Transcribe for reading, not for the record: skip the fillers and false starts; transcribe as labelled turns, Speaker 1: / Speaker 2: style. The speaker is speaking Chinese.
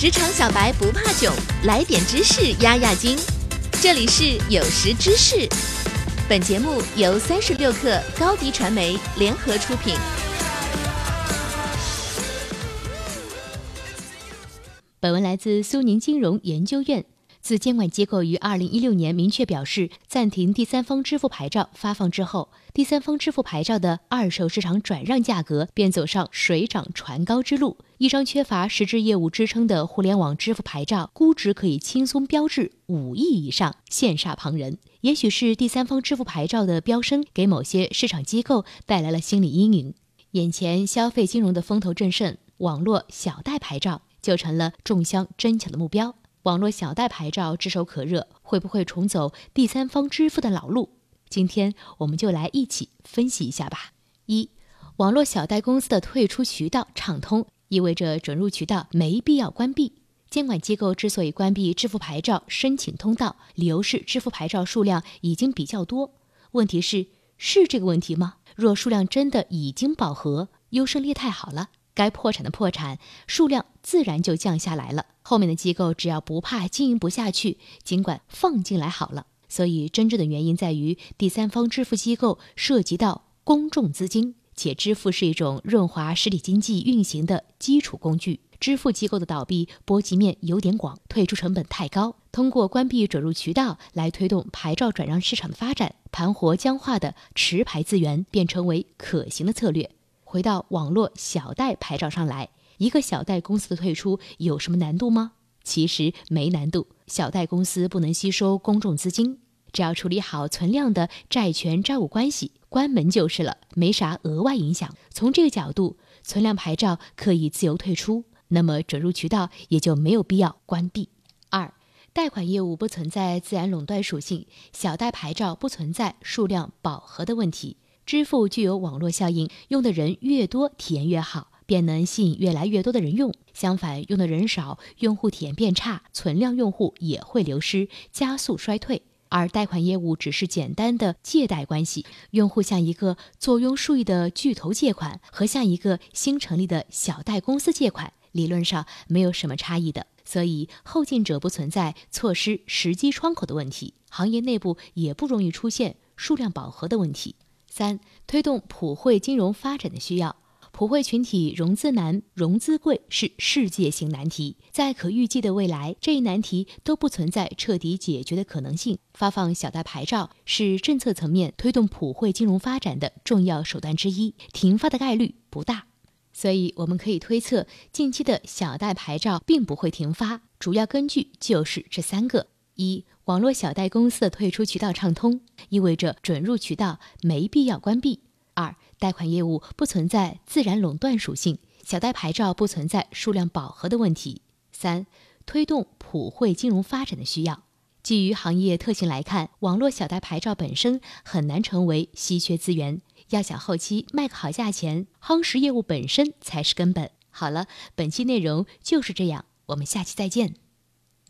Speaker 1: 职场小白不怕囧，来点知识压压惊。这里是有识知识，本节目由36氪高迪传媒联合出品。
Speaker 2: 本文来自苏宁金融研究院。自监管机构于2016年明确表示暂停第三方支付牌照发放之后，第三方支付牌照的二手市场转让价格便走上水涨船高之路。一张缺乏实质业务支撑的互联网支付牌照，估值可以轻松标至5亿以上，羡煞旁人。也许是第三方支付牌照的飙升，给某些市场机构带来了心理阴影。眼前消费金融的风头正盛，网络小贷牌照就成了众香争抢的目标。网络小贷牌照炙手可热，会不会重走第三方支付的老路？今天我们就来一起分析一下吧。一、网络小贷公司的退出渠道畅通，意味着准入渠道没必要关闭。监管机构之所以关闭支付牌照申请通道，理由是支付牌照数量已经比较多。问题是这个问题吗？若数量真的已经饱和，优胜劣汰好了，该破产的破产，数量自然就降下来了。后面的机构只要不怕经营不下去，尽管放进来好了。所以真正的原因在于第三方支付机构涉及到公众资金，且支付是一种润滑实体经济运行的基础工具。支付机构的倒闭波及面有点广，退出成本太高，通过关闭准入渠道来推动牌照转让市场的发展，盘活僵化的持牌资源便成为可行的策略。回到网络小贷牌照上来，一个小贷公司的退出有什么难度吗？其实没难度，小贷公司不能吸收公众资金，只要处理好存量的债权债务关系，关门就是了，没啥额外影响。从这个角度，存量牌照可以自由退出，那么准入渠道也就没有必要关闭。二、贷款业务不存在自然垄断属性，小贷牌照不存在数量饱和的问题。支付具有网络效应，用的人越多，体验越好，便能吸引越来越多的人用。相反，用的人少，用户体验变差，存量用户也会流失，加速衰退。而贷款业务只是简单的借贷关系，用户向一个坐拥数亿的巨头借款，和向一个新成立的小贷公司借款，理论上没有什么差异的。所以后进者不存在错失时机窗口的问题，行业内部也不容易出现数量饱和的问题。三、推动普惠金融发展的需要。普惠群体融资难、融资贵是世界性难题，在可预计的未来，这一难题都不存在彻底解决的可能性。发放小贷牌照是政策层面推动普惠金融发展的重要手段之一，停发的概率不大。所以我们可以推测，近期的小贷牌照并不会停发，主要根据就是这3个。一、网络小贷公司的退出渠道畅通，意味着准入渠道没必要关闭。二、贷款业务不存在自然垄断属性，小贷牌照不存在数量饱和的问题。三、推动普惠金融发展的需要。基于行业特性来看，网络小贷牌照本身很难成为稀缺资源，要想后期卖个好价钱，夯实业务本身才是根本。好了，本期内容就是这样，我们下期再见。